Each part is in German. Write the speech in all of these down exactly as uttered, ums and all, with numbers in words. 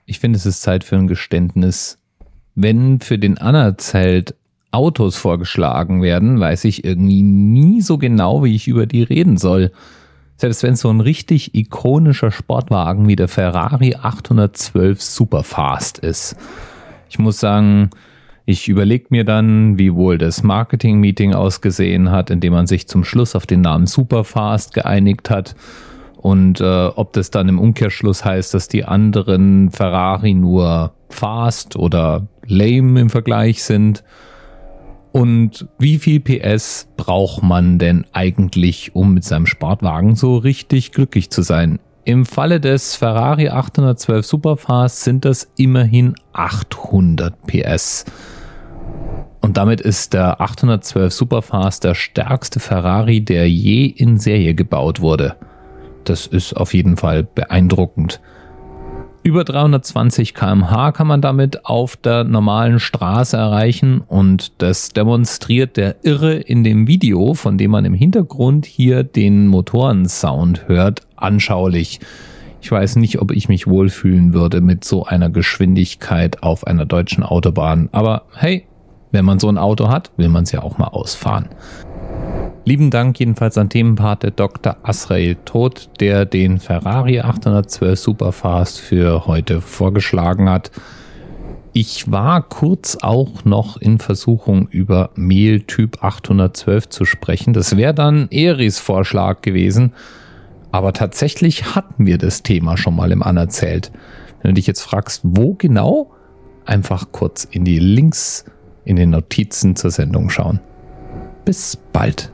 ich finde, es ist Zeit für ein Geständnis. Wenn für den Anerzählt Autos vorgeschlagen werden, weiß ich irgendwie nie so genau, wie ich über die reden soll. Selbst wenn es so ein richtig ikonischer Sportwagen wie der Ferrari achthundertzwölf Superfast ist. Ich muss sagen, ich überlege mir dann, wie wohl das Marketing-Meeting ausgesehen hat, in dem man sich zum Schluss auf den Namen Superfast geeinigt hat. Und äh, ob das dann im Umkehrschluss heißt, dass die anderen Ferrari nur fast oder lame im Vergleich sind. Und wie viel P S braucht man denn eigentlich, um mit seinem Sportwagen so richtig glücklich zu sein? Im Falle des Ferrari achthundertzwölf Superfast sind das immerhin achthundert P S. Und damit ist der achthundertzwölf Superfast der stärkste Ferrari, der je in Serie gebaut wurde. Das ist auf jeden Fall beeindruckend. Über dreihundertzwanzig Kilometer pro Stunde kann man damit auf der normalen Straße erreichen und das demonstriert der Irre in dem Video, von dem man im Hintergrund hier den Motorensound hört, anschaulich. Ich weiß nicht, ob ich mich wohlfühlen würde mit so einer Geschwindigkeit auf einer deutschen Autobahn, aber hey, wenn man so ein Auto hat, will man es ja auch mal ausfahren. Lieben Dank jedenfalls an Themenpate Doktor Azrael Todt, der den Ferrari achthundertzwölf Superfast für heute vorgeschlagen hat. Ich war kurz auch noch in Versuchung, über Mehl Typ achthundertzwölf zu sprechen. Das wäre dann Eris Vorschlag gewesen. Aber tatsächlich hatten wir das Thema schon mal im Anerzählt. Wenn du dich jetzt fragst, wo genau, einfach kurz in die Links in den Notizen zur Sendung schauen. Bis bald.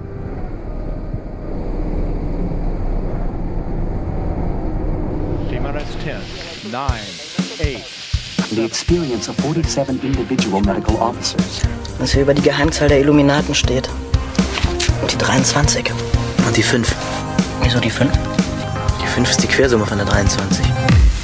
ten, nine, eight. The experience of forty-seven individual medical officers. Was hier über die Geheimzahl der Illuminaten steht. Und die dreiundzwanzig. Und die fünf. Wieso die fünf? Die fünf ist die Quersumme von der dreiundzwanzig.